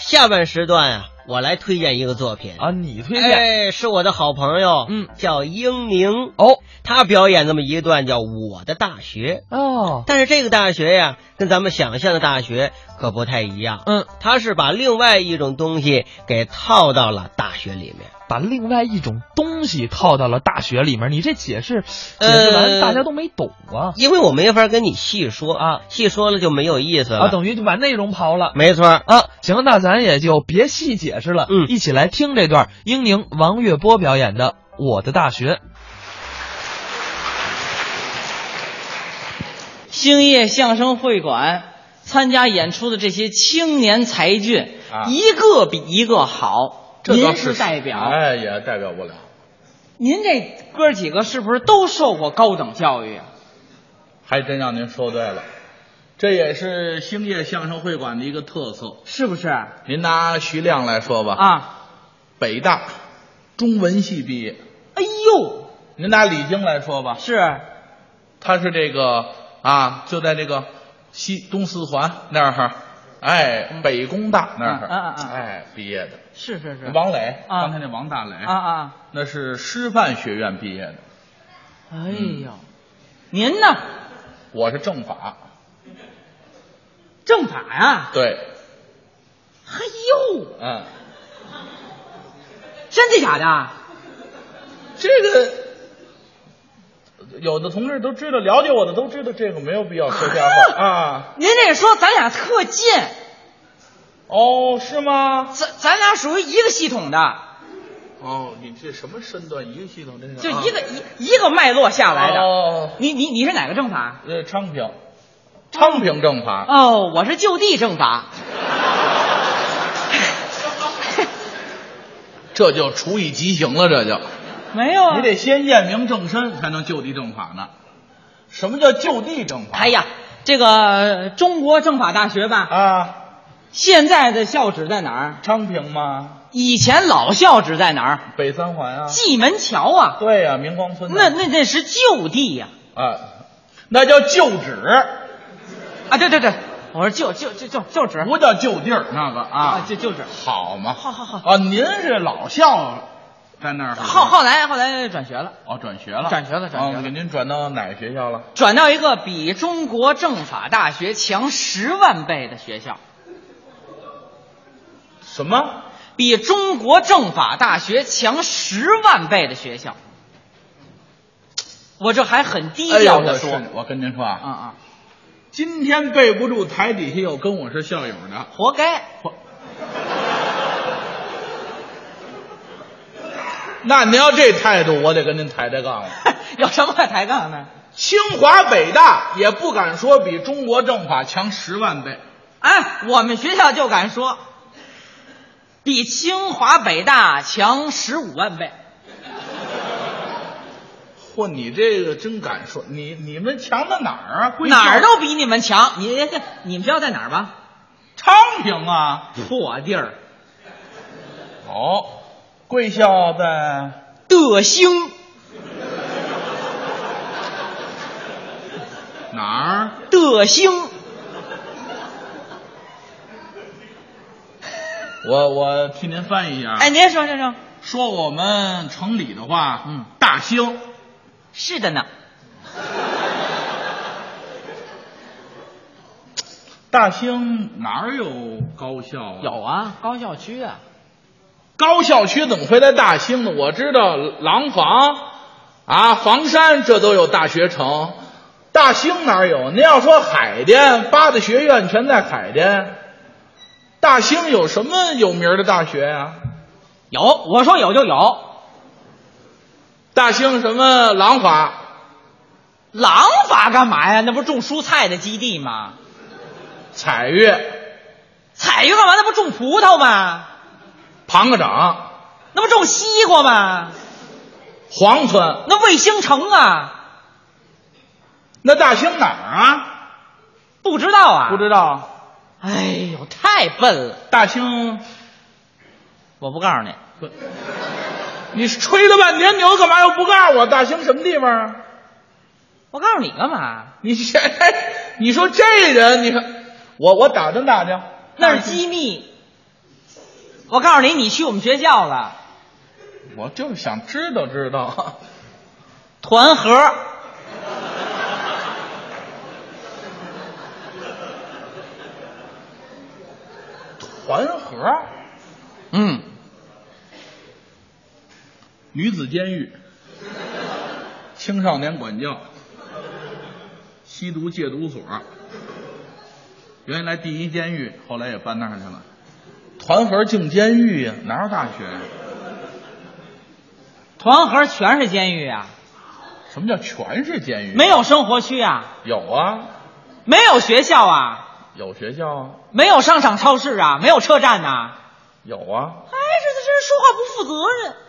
下半时段啊，我来推荐一个作品啊，你推荐？ 是我的好朋友，叫英宁哦， 他表演这么一段叫《我的大学》 哦， 但是这个大学呀，跟咱们想象的大学可不太一样，他是把另外一种东西给套到了大学里面。 把另外一种东西套到了大学里面，你这解释完大家都没懂啊， 因为我没法跟你细说啊，细说了就没有意思了啊，等于就把内容刨了。 没错啊，行，那咱也就别细解释了，一起来听这段英宁、王月波表演的《我的大学》。 兴业相声会馆参加演出的这些青年才俊，一个比一个好。您是代表， 哎，也代表不了。 您这哥几个是不是都受过高等教育啊？ 还真让您说对了，这也是兴业相声会馆的一个特色， 是不是？ 您拿徐亮来说吧， 啊， 北大中文系毕业。 哎呦， 您拿李菁来说吧， 是， 他是这个啊，就在这个东四环那儿。哎，北工大那儿，哎，毕业的， 是。 王磊，刚才那王大磊，那是师范学院毕业的。 哎呦，您呢？ 我是政法。 政法呀？ 对。 哎呦，真的假的？ 这个有的同志都知道，了解我的都知道，这个没有必要说瞎话啊。 您这说咱俩特近。 哦，是吗？ 咱俩属于一个系统的。 哦，你这什么身段？一个系统，这是就一个脉络下来的。 哦， 你是哪个政法？ 昌平政法。 哦，我是就地政法。 这就处以极刑了，这就没有啊？ 你得先验明正身才能就地正法呢。什么叫就地正法？ 哎呀，这个中国政法大学吧， 啊， 现在的校址在哪儿？ 昌平吗？ 以前老校址在哪儿？ 北三环啊。 蓟门桥啊。 对呀，明光村。 那是就地呀。 啊，那叫旧址。 啊，对，我说就址， 不叫就地儿那个啊， 就址。 好嘛， 好啊，您是老校在那儿？ 后来转学了。 哦，转学了。给您转到哪个学校了？ 转到一个比中国政法大学强10万倍的学校。 什么？ 比中国政法大学强10万倍的学校。我这还很低调的说。 我跟您说啊，今天背不住台底下有跟我是校友的， 活该。 那您要这态度，我得跟您抬杠了。 有什么可抬杠呢？ 清华北大也不敢说比中国政法强10万倍。 哎，我们学校就敢说比清华北大强15万倍。 嚯，你这个真敢说！你们强到哪儿啊？ 哪儿都比你们强。你们学校在哪儿吧？ 昌平啊， 破地儿。 哦，贵校在德兴。 哪儿？ 德兴。 我替您翻译一下。 哎，您说。 说我们城里的话，大兴。 是的呢。 大兴哪儿有高校啊？ 有啊，高校区啊。 高校区怎么会在大兴呢？我知道廊坊啊、房山这都有大学城，大兴哪儿有？您要说海淀，八大学院全在海淀，大兴有什么有名的大学呀？ 有，我说有就有。 大兴什么廊坊？ 廊坊干嘛呀？那不是种蔬菜的基地吗？ 采悦干嘛？那不种葡萄吗？ 庞各掌那不种西瓜吗？ 黄村那卫星城啊。 那大兴哪儿啊？ 不知道啊？ 不知道。 哎呦，太笨了。 大兴我不告诉你。 你吹了半天牛，干嘛又不告诉我大兴什么地方？ 我告诉你干嘛？ 你说这人，你看我打听打听， 那是机密。 我告诉你，你去我们学校了。 我就是想知道。 团盒。 团盒。女子监狱，青少年管教，吸毒戒毒所。原来第一监狱，后来也搬那儿去了。团盒进监狱呀，哪有大学呀？ 团盒全是监狱啊。 什么叫全是监狱？ 没有生活区啊。 有啊。 没有学校啊。 有学校啊。 没有商场超市啊。没有车站呐。 有啊。 这说话不负责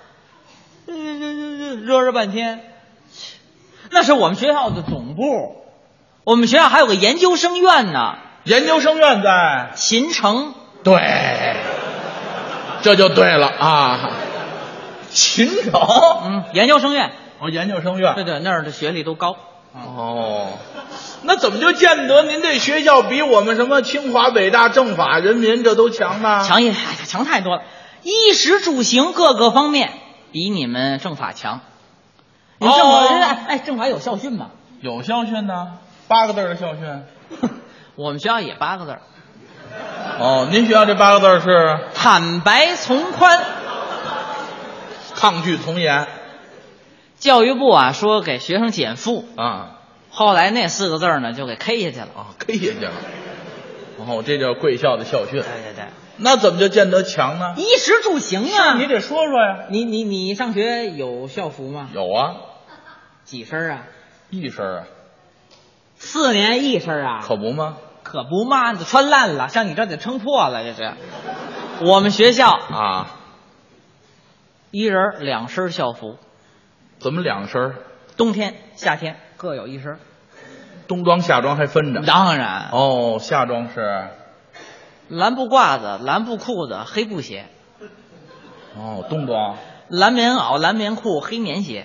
任，热热半天。那是我们学校的总部，我们学校还有个研究生院呢。 研究生院在秦城。 对，这就对了啊。秦城， 研究生院。 研究生院。 对，那儿的学历都高。 那怎么就见得您这学校比我们什么清华、北大、政法、人民这都强呢？ 强太多了，衣食住行各个方面比你们政法强。你政法政法有校训吗？ 有校训呢，8个字的校训。 我们学校也8个字。 您学校这8个字是坦白从宽， 抗拒从严。 教育部啊说给学生减负啊， 后来那4个字呢就给 K 下去了。 K 下去了。这叫贵校的校训。 对。 那怎么就见得强呢？ 衣食住行呀。 你得说说呀。 你上学有校服吗？ 有啊。 几身啊 ？1身啊。 4年1身啊？ 可不吗？ 可不嘛，你穿烂了，像你这得撑破了，这是。我们学校啊 ，1人2身校服。 怎么2身？ 冬天、夏天各有1身。 冬装夏装还分着？ 当然。 夏装是蓝布褂子、蓝布裤子、黑布鞋。 冬装蓝棉袄、蓝棉裤、黑棉鞋。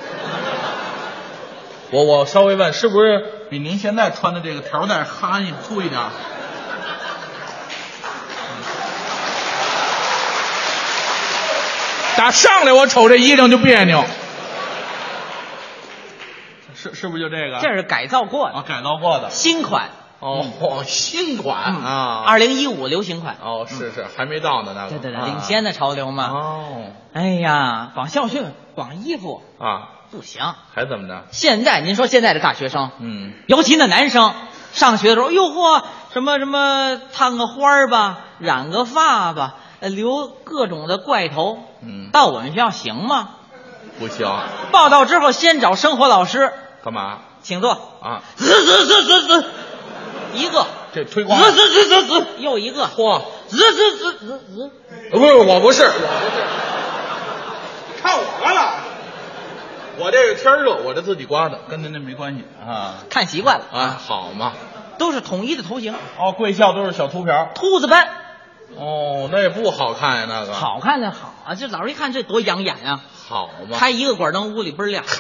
我稍微问，是不是比您现在穿的这个条带粗一点？打上来我瞅这衣裳就别扭。是不是就这个？ 这是改造过的。 改造过的新款。 新款啊 ，2015流行款。 是还没到呢，那个。 对，领先的潮流嘛。哎呀，光校训、光衣服不行， 还怎么着？ 现在您说现在的大学生，尤其那男生上学的时候，哟嚯，什么烫个花吧，染个发吧，留各种的怪头。到我们学校行吗？ 不行。 报到之后先找生活老师。 干嘛？ 请坐。 滋， 一个。 这推广。 滋，又一个。 嚯！ 滋。 不是，我不是。看我了。我这个天热，我这自己刮的，跟您那没关系啊。 看习惯了好嘛。 都是统一的头型。 贵校都是小秃瓢。 秃子班。 那也不好看呀，那个。 好看的好啊，这老师一看这多养眼啊。 好嘛。 开一个管灯，屋里倍儿亮。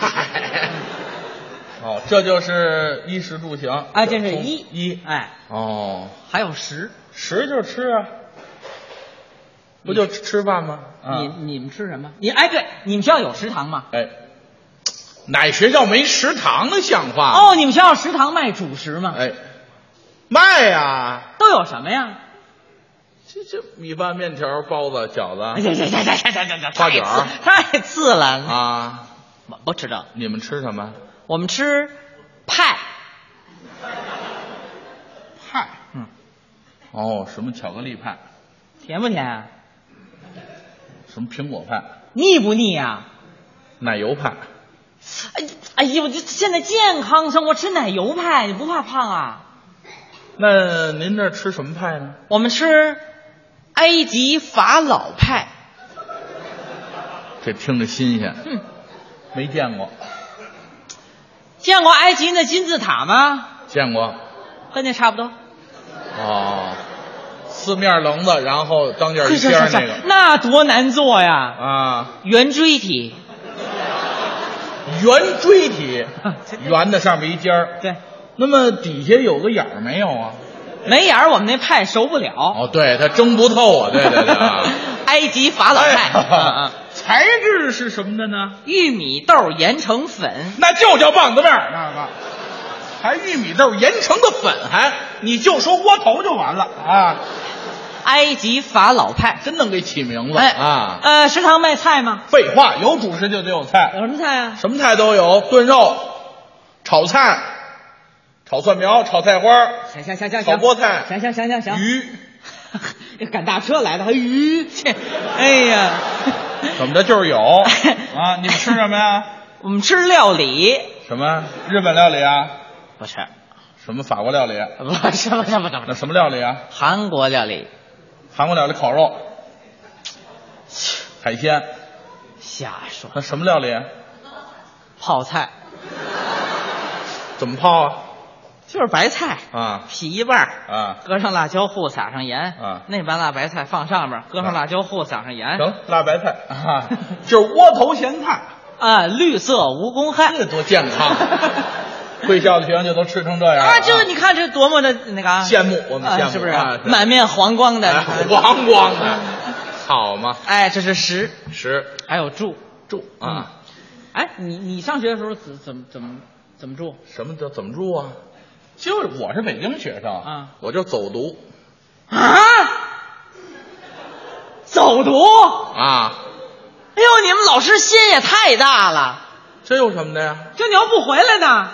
这就是衣食住行。 这是衣。还有食就是吃啊，不就吃饭吗？ 你们吃什么？对，你们学校有食堂吗？ 哪学校没食堂的像话？ 你们学校食堂卖主食吗？ 卖呀。 都有什么呀？ 这米饭、面条、包子、饺子。 花卷太次了不吃这。 你们吃什么？ 我们吃派。 什么巧克力派？ 甜不甜啊？ 什么苹果派？ 腻不腻啊？ 奶油派。 哎呦，现在健康生活吃奶油派，你不怕胖啊？ 那您这吃什么派呢？ 我们吃埃及法老派。 这听着新鲜。没见过。 见过埃及那金字塔吗？ 见过。 跟那差不多。 四面棱子，然后当间一尖那个。 那多难做呀！圆锥体。 圆锥体。圆的上面一尖儿。 对。 那么底下有个眼儿没有啊？ 没眼儿，我们那派熟不了。 对，它蒸不透啊。对。 埃及法老派。 材质是什么的呢？ 玉米豆研成粉， 那就叫棒子面那个，还玉米豆研成的粉，你就说窝头就完了啊！ 埃及法老派真能给起名字啊！ 食堂卖菜吗？ 废话，有主食就得有菜。 有什么菜啊？ 什么菜都有，炖肉、炒菜、炒蒜苗、炒菜花， 行， 炒菠菜， 行， 鱼， 赶大车来的还鱼，哎呀， 怎么着就是有啊？你们吃什么呀？ 我们吃料理。 什么？日本料理啊？ 不是。 什么法国料理？ 不是。 那什么料理啊？ 韩国料理。 韩国料理烤肉、海鲜。 瞎说。 那什么料理？ 泡菜。 怎么泡啊？ 就是白菜啊， 劈一半啊， 搁上辣椒糊，撒上盐啊， 那半辣白菜放上面，搁上辣椒糊，撒上盐。 行，辣白菜啊，就是窝头咸菜啊，绿色蜈蚣汗， 这多健康！贵校的学生就都吃成这样啊！这你看这多么的那个羡慕，我们羡慕是不是？满面黄光的， 黄光的，好嘛！ 哎，这是食， 还有住啊！ 哎，你上学的时候怎么住？ 什么叫怎么住啊？就是我是北京学生啊， 我就走读啊，走读啊！ 哎呦，你们老师心也太大了， 这有什么的呀？ 就你要不回来呢？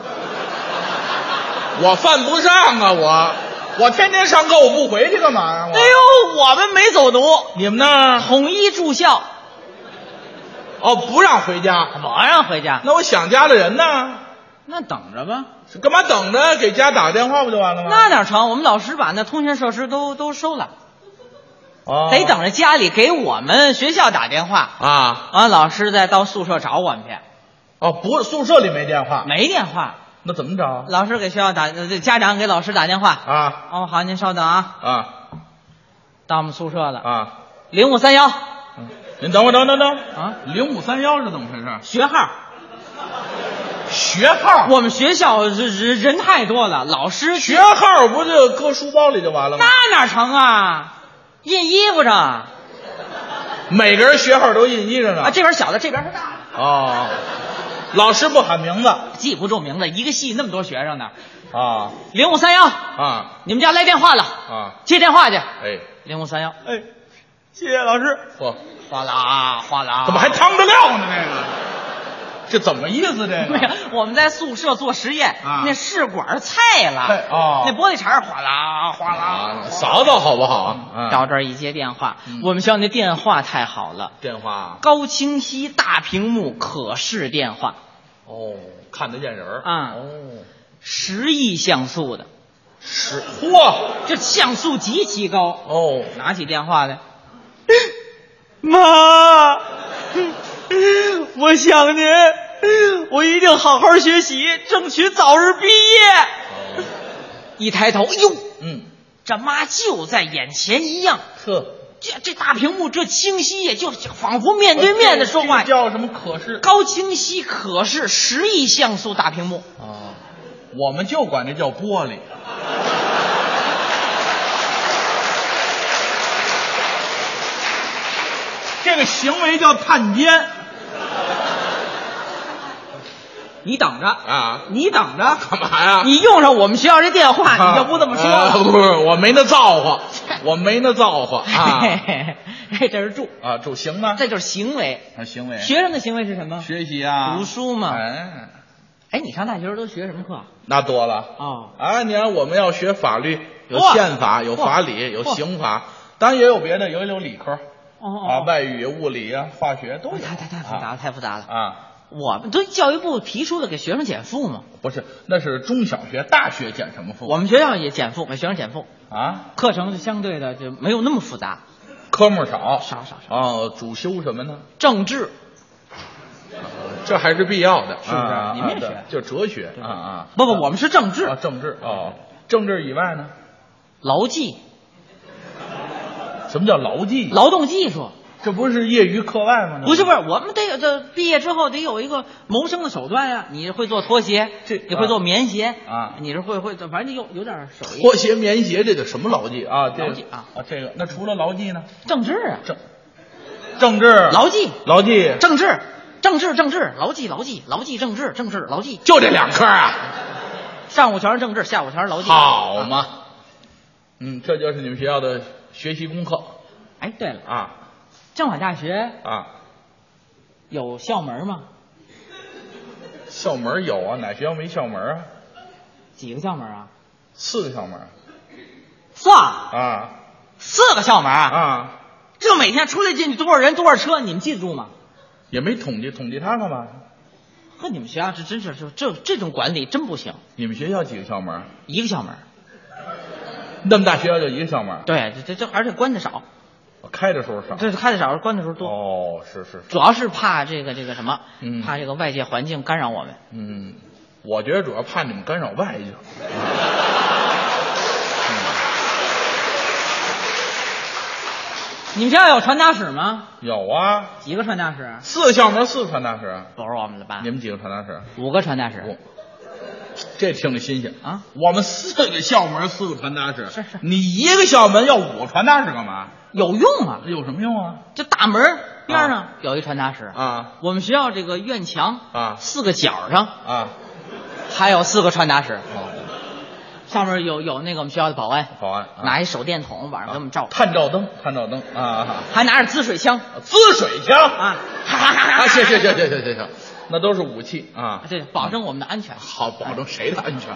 我犯不上啊！我天天上课，我不回去干嘛呀？ 哎呦，我们没走读， 你们呢？ 统一住校。 哦，不让回家， 不让回家。 那我想家的人呢？ 那等着吧。 干嘛等着？给家打个电话不就完了吗？ 那哪成？我们老师把那通讯设施都收了， 得等着家里给我们学校打电话啊， 老师再到宿舍找我们去。 哦，不是，宿舍里没电话， 没电话， 那怎么找？ 老师给学校家长给老师打电话啊。 哦，好，您稍等啊。 啊， 到我们宿舍了啊 ，0531。 您等会儿，等啊 ，0531是怎么回事？ 学号。 学号， 我们学校人太多了，老师学号不就搁书包里就完了吗？ 那哪成啊？印衣服上， 每个人学号都印衣服上啊，这边小的，这边是大的。 哦，老师不喊名字， 记不住名字，一个系那么多学生呢。 啊 ，0531 啊， 你们家来电话了啊， 接电话去。 哎 ，0531， 哎， 谢谢老师。 嚯， 哗啦哗啦， 怎么还趟得了呢？这怎么意思？这个没有，我们在宿舍做实验，那试管菜了，那玻璃碴哗啦哗啦， 扫扫好不好？ 到这儿一接电话，我们学校那电话太好了， 电话高清晰大屏幕可视电话， 哦，看得见人啊，哦，10亿像素的嚯， 这像素极其高哦， 拿起电话来，妈。我想您，我一定好好学习，争取早日毕业。一抬头，哎呦，这妈就在眼前一样。这大屏幕这清晰也就仿佛面对面的说话。 叫什么可视？ 高清晰可视10亿像素大屏幕。 我们就管这叫玻璃。这个行为叫探监。 你等着啊！ 你等着干嘛呀？ 你用上我们学校这电话，你就不这么说了。 不是，我没那造化，我没那造化啊！ 这是住啊，住行呢？ 这就是行为啊，行为。 学生的行为是什么？ 学习啊， 读书嘛。 哎， 你上大学时候都学什么课？ 那多了啊！你看我们要学法律，有宪法，有法理，有刑法，当然也有别的，有理科外语、物理啊、化学都有。 太复杂了啊！ 我们都教育部提出了给学生减负吗？ 不是，那是中小学，大学减什么负？ 我们学校也减负，给学生减负啊。 课程相对的就没有那么复杂， 科目少。 哦， 主修什么呢？ 政治， 这还是必要的， 是不是？你们也学， 就哲学啊。 不，我们是政治。 政治哦，政治以外呢？ 劳技。 什么叫劳技？ 劳动技术。 这不是业余课外吗？ 不是，我们这毕业之后得有一个谋生的手段呀。你会做拖鞋，你会做棉鞋啊， 你是会，反正有点手艺。 拖鞋、棉鞋，这叫什么牢记啊？ 牢记啊， 这个那除了牢记呢？ 政治啊， 政治， 牢记， 政治， 牢记，政治，牢记， 就这2科啊。 上午全是政治，下午全是牢记。 好嘛，这就是你们学校的学习功课。 哎，对了啊， 政法大学啊， 有校门吗？ 校门有啊，哪学校没校门啊？ 几个校门啊 ？4个校门。 算啊 ，4个校门啊。 这每天出来进去多少人多少车，你们记得住吗？ 也没统计它干嘛？ 和你们学校真是这种管理真不行。 你们学校几个校门 ？1个校门。 那么大学校就1个校门？ 对，这而且关的少。 开的时候少， 这开的少，关的时候多。 哦，是， 主要是怕这个什么，怕这个外界环境干扰我们。我觉得主要怕你们干扰外界。 你们学校有传达室吗？ 有啊。 几个传达室 ？4个校门，4个传达室。 不是我们的吧？ 你们几个传达室 ？5个传达室。 这听着新鲜啊！ 我们4个校门，4个传达室。 是。 你1个校门要5个传达室干嘛？ 有用啊！ 有什么用啊？ 这大门边上有一传达室啊。 我们学校这个院墙啊 ，4个角上啊， 还有4个传达室。上面有那个我们学校的保安，拿一手电筒晚上给我们照。 探照灯啊， 还拿着滋水枪啊，行，那都是武器啊， 对，保证我们的安全。 好，保证谁的安全？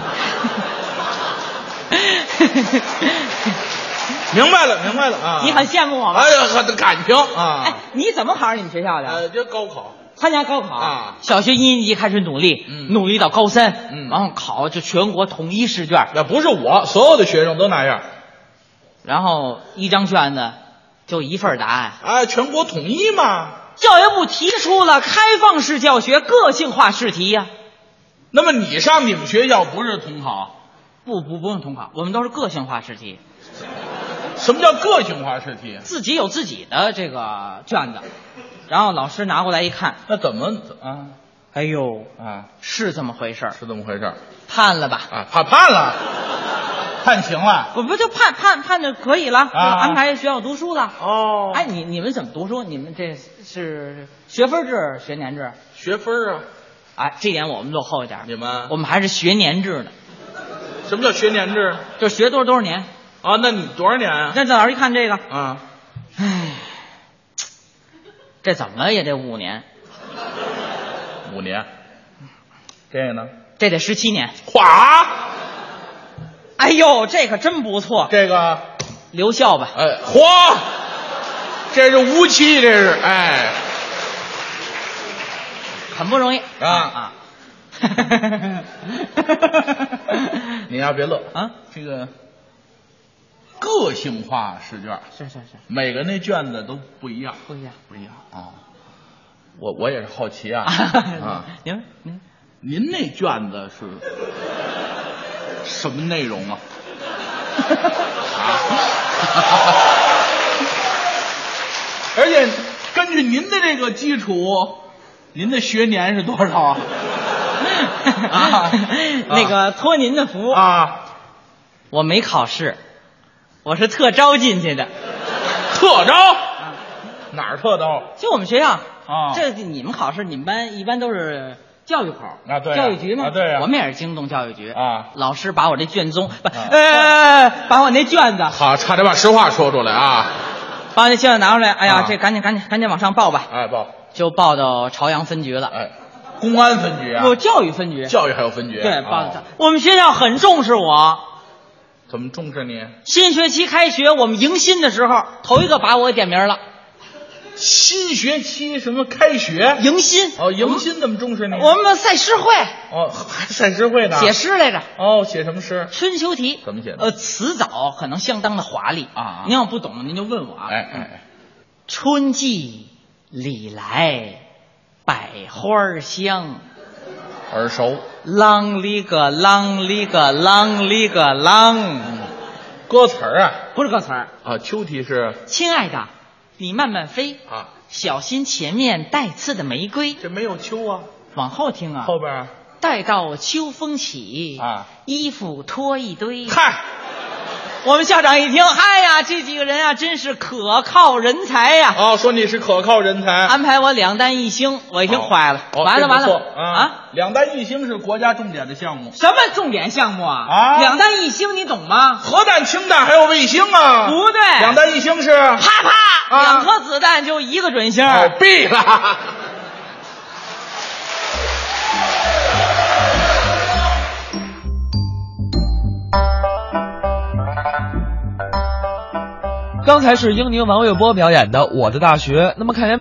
明白了啊！ 你很羡慕我吗？ 哎呀，很感情啊！ 哎，你怎么考上你们学校的？ 这高考。 参加高考啊， 小学1年级开始努力，努力到高3，然后考这全国统一试卷。 那不是我，所有的学生都那样。 然后一张卷子就1份答案。 哎，全国统一嘛。 教育部提出了开放式教学个性化试题呀。 那么你上你们学校不是统考？ 不用统考，我们都是个性化试题。 什么叫个性化试题？ 自己有自己的这个卷子。然后老师拿过来一看， 那怎么啊？ 哎呦啊， 是这么回事，判了吧？ 啊，判了，判刑了？ 不就判的可以了，安排学校读书了。 哦， 哎，你们怎么读书？你们这是学分制、学年制？ 学分啊。 哎，这点我们落后一点。 你们？ 我们还是学年制呢。 什么叫学年制？ 就学多少年。 啊，那你多少年啊？ 那老师一看这个， 啊， 唉。这怎么也得5年 ，5年，这个呢？ 这得17年。 嚯！ 哎呦，这可真不错。 这个留校吧。 哎，嚯！这是武器，这是哎， 很不容易啊！你呀，别乐啊！ 这个个性化试卷是， 每个那卷子都不一样， 不一样啊！我也是好奇啊啊！您那卷子是什么内容啊？而且根据您的这个基础，您的学年是多少啊？ 那个托您的福啊， 我没考试。我是特招进去的。 特招？哪儿特招？ 就我们学校啊。 这你们考试，你们班一般都是教育口啊，对， 教育局嘛， 对呀。 我们也是京东教育局啊。 老师把我这卷宗把我那卷子， 好，差点把实话说出来啊。 把我那卷子拿出来，哎呀，这赶紧往上报吧。 哎，报。 就报到朝阳分局了。 哎，公安分局啊？ 不，教育分局。 教育还有分局？ 对，报到。我们学校很重视我。 怎么重视你？ 新学期开学，我们迎新的时候，头一个把我点名了。 新学期什么开学？ 迎新哦，迎新怎么重视你？ 我们赛诗会哦，还赛诗会呢？ 写诗来着。 哦，写什么诗？ 春秋题。 怎么写的？ 词藻可能相当的华丽啊。 您要不懂，您就问我啊。 哎， 春季里来，百花香。 耳熟。 啷里个啷里个啷里个啷。 歌词啊？ 不是歌词啊。秋题是亲爱的。 你慢慢飞啊， 小心前面带刺的玫瑰。 这没有秋啊， 往后听啊， 后边待到秋风起啊， 衣服脱一堆。 嗨， 我们校长一听，嗨呀，这几个人啊，真是可靠人才呀！ 哦，说你是可靠人才， 安排我2单1星，我一听坏了，完了啊！2单1星是国家重点的项目。 什么重点项目啊？2单1星你懂吗？ 核弹、氢弹还有卫星啊？ 不对 ，2单1星是啪啪，2颗子弹就1个准星。 毙了！ 刚才是英宁王月波表演的《我的大学》，那么看来